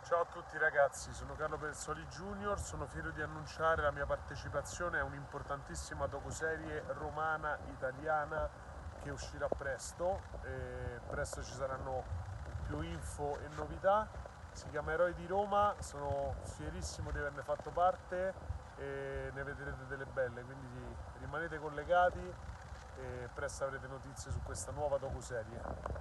Ciao a tutti ragazzi, sono Carlo Persoli Junior, sono fiero di annunciare la mia partecipazione a un'importantissima docuserie romana italiana che uscirà presto e presto ci saranno più info e novità. Si chiama Eroi di Roma, sono fierissimo di averne fatto parte e ne vedrete delle belle, quindi rimanete collegati e presto avrete notizie su questa nuova docuserie.